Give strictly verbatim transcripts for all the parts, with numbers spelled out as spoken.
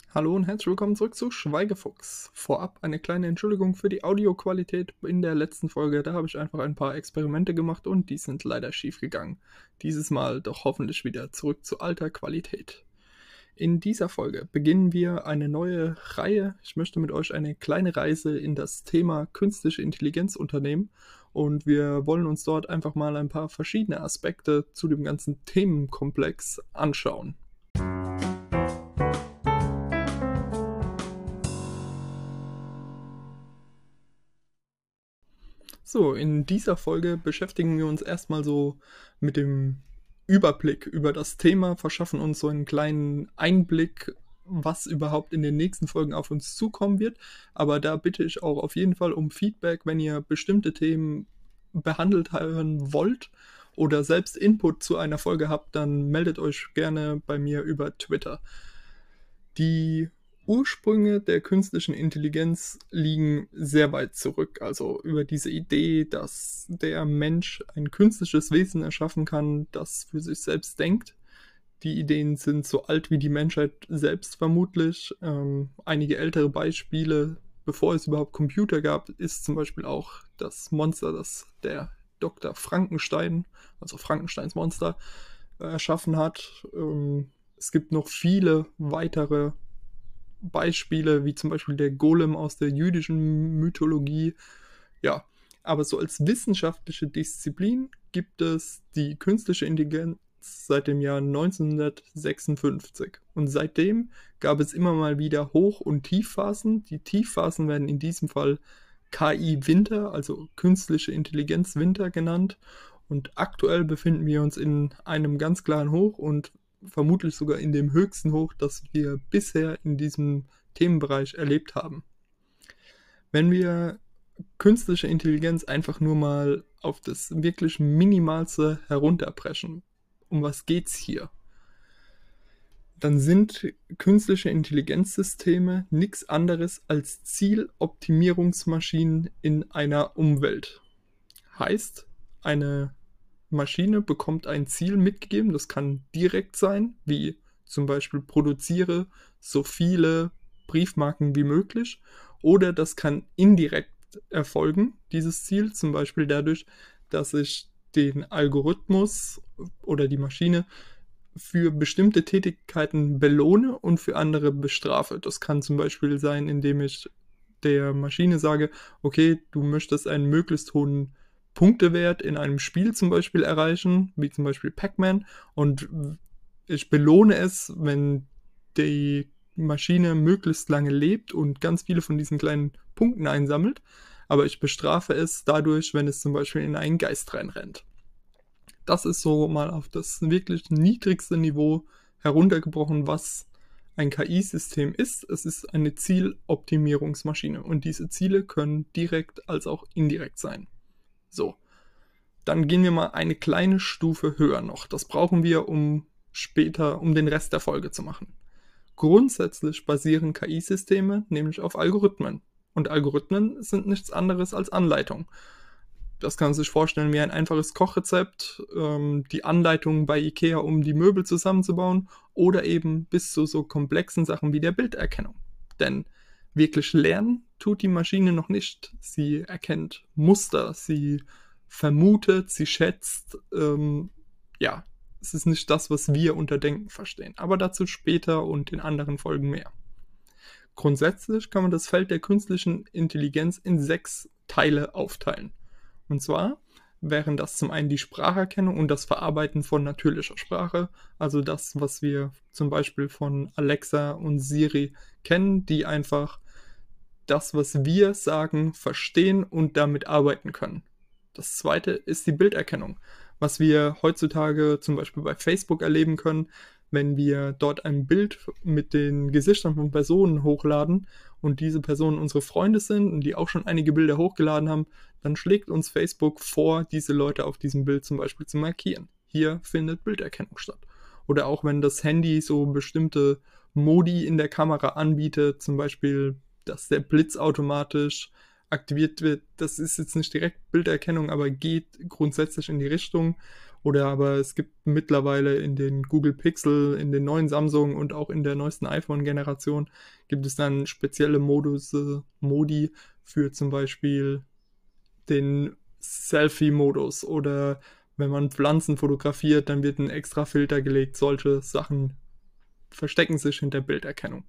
Hallo und herzlich willkommen zurück zu Schweigefuchs. Vorab eine kleine Entschuldigung für die Audioqualität in der letzten Folge. Da habe ich einfach ein paar Experimente gemacht und die sind leider schief gegangen. Dieses Mal doch hoffentlich wieder zurück zu alter Qualität. In dieser Folge beginnen wir eine neue Reihe. Ich möchte mit euch eine kleine Reise in das Thema künstliche Intelligenz unternehmen und wir wollen uns dort einfach mal ein paar verschiedene Aspekte zu dem ganzen Themenkomplex anschauen. So, in dieser Folge beschäftigen wir uns erstmal so mit dem Überblick über das Thema, verschaffen uns so einen kleinen Einblick, was überhaupt in den nächsten Folgen auf uns zukommen wird. Aber da bitte ich auch auf jeden Fall um Feedback, wenn ihr bestimmte Themen behandelt hören wollt oder selbst Input zu einer Folge habt, dann meldet euch gerne bei mir über Twitter. Die Ursprünge der künstlichen Intelligenz liegen sehr weit zurück. Also über diese Idee, dass der Mensch ein künstliches Wesen erschaffen kann, das für sich selbst denkt. Die Ideen sind so alt wie die Menschheit selbst vermutlich. Ähm, einige ältere Beispiele, bevor es überhaupt Computer gab, ist zum Beispiel auch das Monster, das der Doktor Frankenstein, also Frankensteins Monster, äh, erschaffen hat. Ähm, es gibt noch viele weitere Beispiele, wie zum Beispiel der Golem aus der jüdischen Mythologie. Ja, aber so als wissenschaftliche Disziplin gibt es die künstliche Intelligenz seit dem Jahr neunzehnhundertsechsundfünfzig. Und seitdem gab es immer mal wieder Hoch- und Tiefphasen. Die Tiefphasen werden in diesem Fall K I-Winter, also künstliche Intelligenz-Winter genannt. Und aktuell befinden wir uns in einem ganz klaren Hoch und vermutlich sogar in dem höchsten Hoch, das wir bisher in diesem Themenbereich erlebt haben. Wenn wir künstliche Intelligenz einfach nur mal auf das wirklich Minimalste herunterbrechen, um was geht's hier? Dann sind künstliche Intelligenzsysteme nichts anderes als Zieloptimierungsmaschinen in einer Umwelt. Heißt, eine Maschine bekommt ein Ziel mitgegeben, das kann direkt sein, wie zum Beispiel produziere so viele Briefmarken wie möglich, oder das kann indirekt erfolgen, dieses Ziel, zum Beispiel dadurch, dass ich den Algorithmus oder die Maschine für bestimmte Tätigkeiten belohne und für andere bestrafe. Das kann zum Beispiel sein, indem ich der Maschine sage, okay, du möchtest einen möglichst hohen Punktewert in einem Spiel zum Beispiel erreichen, wie zum Beispiel Pac-Man, und ich belohne es, wenn die Maschine möglichst lange lebt und ganz viele von diesen kleinen Punkten einsammelt, aber ich bestrafe es dadurch, wenn es zum Beispiel in einen Geist reinrennt. Das ist so mal auf das wirklich niedrigste Niveau heruntergebrochen, was ein K I-System ist. Es ist eine Zieloptimierungsmaschine und diese Ziele können direkt als auch indirekt sein. So, dann gehen wir mal eine kleine Stufe höher noch. Das brauchen wir, um später, um den Rest der Folge zu machen. Grundsätzlich basieren K I-Systeme nämlich auf Algorithmen. Und Algorithmen sind nichts anderes als Anleitungen. Das kann man sich vorstellen wie ein einfaches Kochrezept, ähm, die Anleitung bei Ikea, um die Möbel zusammenzubauen, oder eben bis zu so komplexen Sachen wie der Bilderkennung. Denn wirklich lernen tut die Maschine noch nicht. Sie erkennt Muster, sie vermutet, sie schätzt. Ähm, ja, es ist nicht das, was wir unter Denken verstehen. Aber dazu später und in anderen Folgen mehr. Grundsätzlich kann man das Feld der künstlichen Intelligenz in sechs Teile aufteilen. Und zwar wären das zum einen die Spracherkennung und das Verarbeiten von natürlicher Sprache, also das, was wir zum Beispiel von Alexa und Siri kennen, die einfach das, was wir sagen, verstehen und damit arbeiten können. Das zweite ist die Bilderkennung, was wir heutzutage zum Beispiel bei Facebook erleben können, wenn wir dort ein Bild mit den Gesichtern von Personen hochladen und diese Personen unsere Freunde sind und die auch schon einige Bilder hochgeladen haben, dann schlägt uns Facebook vor, diese Leute auf diesem Bild zum Beispiel zu markieren. Hier findet Bilderkennung statt. Oder auch wenn das Handy so bestimmte Modi in der Kamera anbietet, zum Beispiel, dass der Blitz automatisch aktiviert wird. Das ist jetzt nicht direkt Bilderkennung, aber geht grundsätzlich in die Richtung. Oder aber es gibt mittlerweile in den Google Pixel, in den neuen Samsung und auch in der neuesten iPhone-Generation gibt es dann spezielle Modus, äh, Modi für zum Beispiel den Selfie-Modus oder wenn man Pflanzen fotografiert, dann wird ein extra Filter gelegt. Solche Sachen verstecken sich hinter Bilderkennung.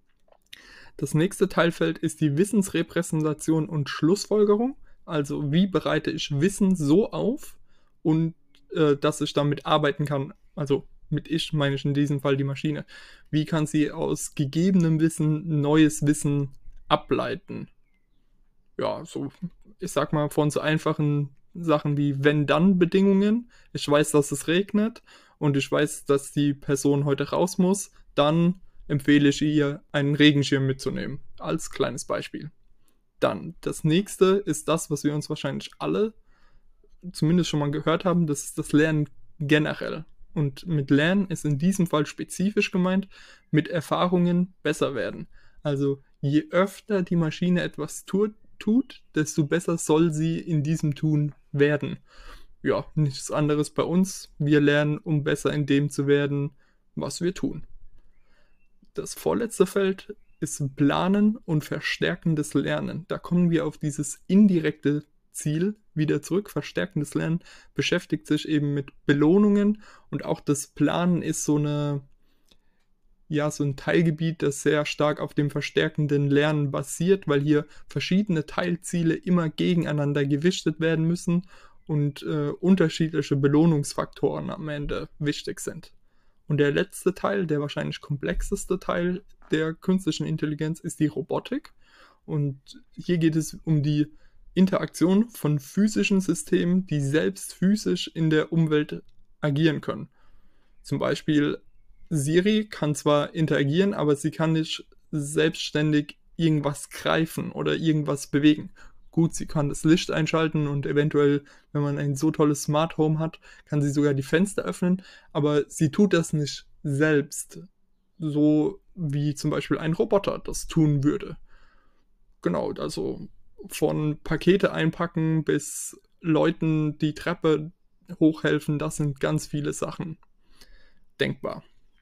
Das nächste Teilfeld ist die Wissensrepräsentation und Schlussfolgerung. Also wie bereite ich Wissen so auf und äh, dass ich damit arbeiten kann. Also mit ich meine ich in diesem Fall die Maschine. Wie kann sie aus gegebenem Wissen neues Wissen ableiten? Ja, so, ich sag mal, von so einfachen Sachen wie Wenn-Dann-Bedingungen. Ich weiß, dass es regnet und ich weiß, dass die Person heute raus muss. Dann empfehle ich ihr, einen Regenschirm mitzunehmen. Als kleines Beispiel. Dann, das nächste ist das, was wir uns wahrscheinlich alle zumindest schon mal gehört haben. Das ist das Lernen generell. Und mit Lernen ist in diesem Fall spezifisch gemeint, mit Erfahrungen besser werden. Also je öfter die Maschine etwas tut, tut, desto besser soll sie in diesem Tun werden. Ja, nichts anderes bei uns. Wir lernen, um besser in dem zu werden, was wir tun. Das vorletzte Feld ist Planen und verstärkendes Lernen. Da kommen wir auf dieses indirekte Ziel wieder zurück. Verstärkendes Lernen beschäftigt sich eben mit Belohnungen und auch das Planen ist so eine ja, so ein Teilgebiet, das sehr stark auf dem verstärkenden Lernen basiert, weil hier verschiedene Teilziele immer gegeneinander gewichtet werden müssen und äh, unterschiedliche Belohnungsfaktoren am Ende wichtig sind. Und der letzte Teil, der wahrscheinlich komplexeste Teil der künstlichen Intelligenz, ist die Robotik. Und hier geht es um die Interaktion von physischen Systemen, die selbst physisch in der Umwelt agieren können. Zum Beispiel Siri kann zwar interagieren, aber sie kann nicht selbstständig irgendwas greifen oder irgendwas bewegen. Gut, sie kann das Licht einschalten und eventuell, wenn man ein so tolles Smart Home hat, kann sie sogar die Fenster öffnen, aber sie tut das nicht selbst, so wie zum Beispiel ein Roboter das tun würde. Genau, also von Pakete einpacken bis Leuten die Treppe hochhelfen, das sind ganz viele Sachen denkbar.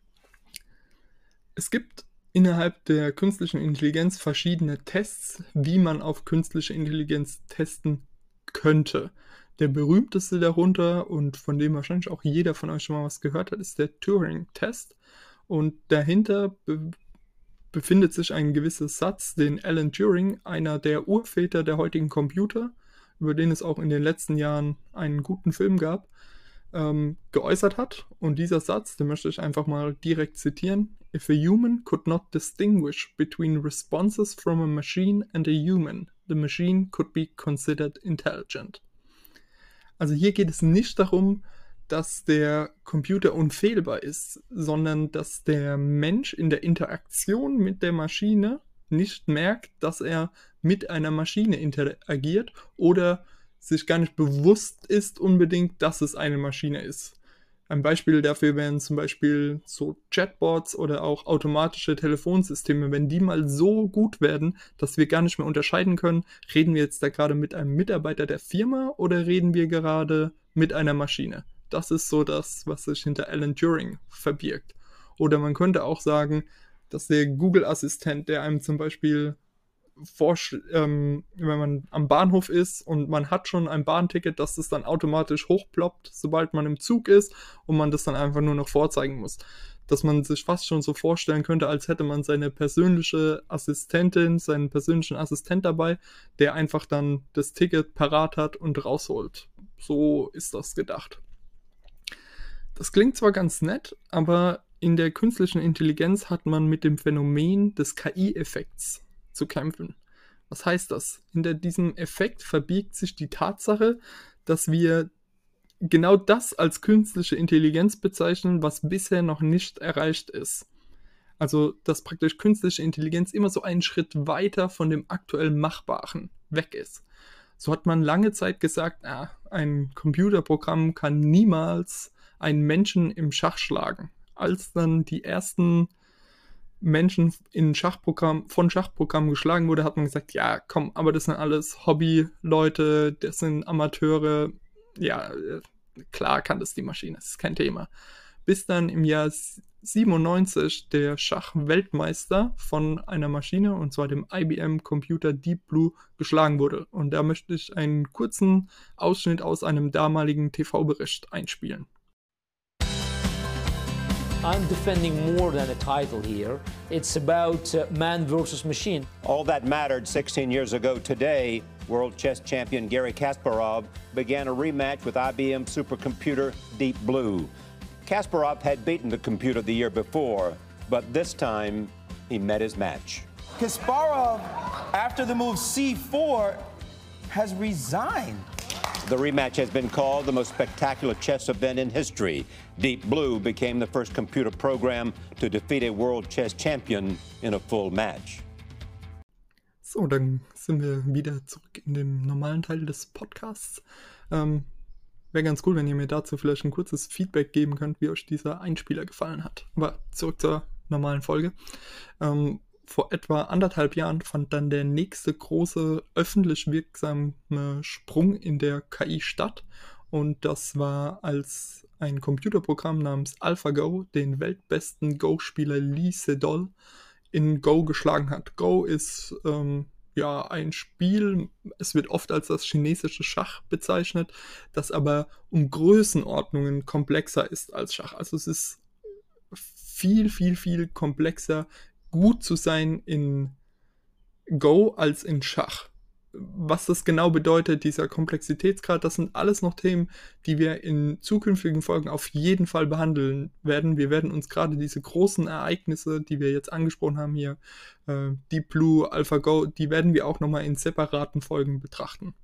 Es gibt innerhalb der künstlichen Intelligenz verschiedene Tests, wie man auf künstliche Intelligenz testen könnte. Der berühmteste darunter und von dem wahrscheinlich auch jeder von euch schon mal was gehört hat, ist der Turing-Test. Und dahinter be- befindet sich ein gewisser Satz, den Alan Turing, einer der Urväter der heutigen Computer, über den es auch in den letzten Jahren einen guten Film gab, ähm, geäußert hat. Und dieser Satz, den möchte ich einfach mal direkt zitieren. If a human could not distinguish between responses from a machine and a human, the machine could be considered intelligent. Also hier geht es nicht darum, dass der Computer unfehlbar ist, sondern dass der Mensch in der Interaktion mit der Maschine nicht merkt, dass er mit einer Maschine interagiert oder sich gar nicht bewusst ist unbedingt, dass es eine Maschine ist. Ein Beispiel dafür wären zum Beispiel so Chatbots oder auch automatische Telefonsysteme. Wenn die mal so gut werden, dass wir gar nicht mehr unterscheiden können, reden wir jetzt da gerade mit einem Mitarbeiter der Firma oder reden wir gerade mit einer Maschine? Das ist so das, was sich hinter Alan Turing verbirgt. Oder man könnte auch sagen, dass der Google-Assistent, der einem zum Beispiel Vorsch- ähm, wenn man am Bahnhof ist und man hat schon ein Bahnticket, dass das dann automatisch hochploppt, sobald man im Zug ist und man das dann einfach nur noch vorzeigen muss. Dass man sich fast schon so vorstellen könnte, als hätte man seine persönliche Assistentin, seinen persönlichen Assistent dabei, der einfach dann das Ticket parat hat und rausholt. So ist das gedacht. Das klingt zwar ganz nett, aber in der künstlichen Intelligenz hat man mit dem Phänomen des K I-Effekts zu kämpfen. Was heißt das? Hinter diesem Effekt verbiegt sich die Tatsache, dass wir genau das als künstliche Intelligenz bezeichnen, was bisher noch nicht erreicht ist. Also, dass praktisch künstliche Intelligenz immer so einen Schritt weiter von dem aktuell Machbaren weg ist. So hat man lange Zeit gesagt, ah, ein Computerprogramm kann niemals einen Menschen im Schach schlagen. Als dann die ersten Menschen in Schachprogramm, von Schachprogrammen geschlagen wurde, hat man gesagt, ja, komm, aber das sind alles Hobbyleute, das sind Amateure, ja, klar kann das die Maschine, das ist kein Thema. Bis dann im Jahr siebenundneunzig der Schachweltmeister von einer Maschine, und zwar dem I B M-Computer Deep Blue, geschlagen wurde. Und da möchte ich einen kurzen Ausschnitt aus einem damaligen T V-Bericht einspielen. I'm defending more than a title here. It's about uh, man versus machine. All that mattered sixteen years ago today. World chess champion Garry Kasparov began a rematch with I B M supercomputer Deep Blue. Kasparov had beaten the computer the year before, but this time he met his match. Kasparov, after the move C four, has resigned. The rematch has been called the most spectacular chess event in history. Deep Blue became the first computer program to defeat a world chess champion in a full match. So, dann sind wir wieder zurück in dem normalen Teil des Podcasts. Ähm, Wäre ganz cool, wenn ihr mir dazu vielleicht ein kurzes Feedback geben könnt, wie euch dieser Einspieler gefallen hat. Aber zurück zur normalen Folge. Ähm, Vor etwa anderthalb Jahren fand dann der nächste große öffentlich wirksame Sprung in der K I statt. Und das war, als ein Computerprogramm namens AlphaGo den weltbesten Go-Spieler Lee Sedol in Go geschlagen hat. Go ist ähm, ja ein Spiel, es wird oft als das chinesische Schach bezeichnet, das aber um Größenordnungen komplexer ist als Schach. Also es ist viel, viel, viel komplexer, gut zu sein in Go als in Schach. Was das genau bedeutet, dieser Komplexitätsgrad, das sind alles noch Themen, die wir in zukünftigen Folgen auf jeden Fall behandeln werden. Wir werden uns gerade diese großen Ereignisse, die wir jetzt angesprochen haben hier, äh, Deep Blue, AlphaGo, die werden wir auch nochmal in separaten Folgen betrachten.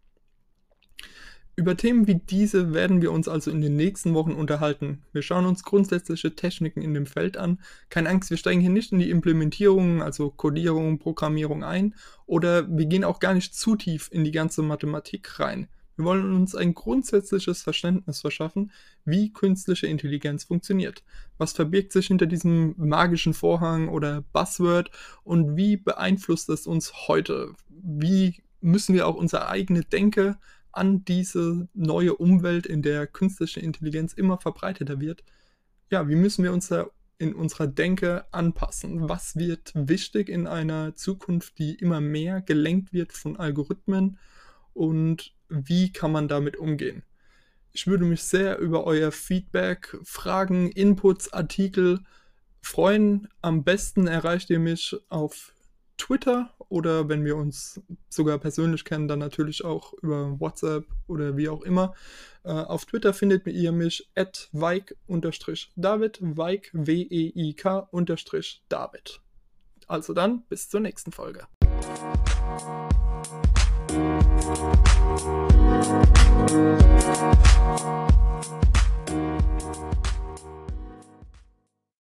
Über Themen wie diese werden wir uns also in den nächsten Wochen unterhalten. Wir schauen uns grundsätzliche Techniken in dem Feld an. Keine Angst, wir steigen hier nicht in die Implementierung, also Codierung, Programmierung ein, oder wir gehen auch gar nicht zu tief in die ganze Mathematik rein. Wir wollen uns ein grundsätzliches Verständnis verschaffen, wie künstliche Intelligenz funktioniert. Was verbirgt sich hinter diesem magischen Vorhang oder Buzzword und wie beeinflusst es uns heute? Wie müssen wir auch unsere eigene Denke an diese neue Umwelt, in der künstliche Intelligenz immer verbreiteter wird, ja, wie müssen wir uns da in unserer Denke anpassen? Was wird wichtig in einer Zukunft, die immer mehr gelenkt wird von Algorithmen, und wie kann man damit umgehen? Ich würde mich sehr über euer Feedback, Fragen, Inputs, Artikel freuen. Am besten erreicht ihr mich auf Twitter, oder wenn wir uns sogar persönlich kennen, dann natürlich auch über WhatsApp oder wie auch immer. Äh, auf Twitter findet ihr mich at weik-david, weik, W E I K unterstrich David. Also dann, bis zur nächsten Folge.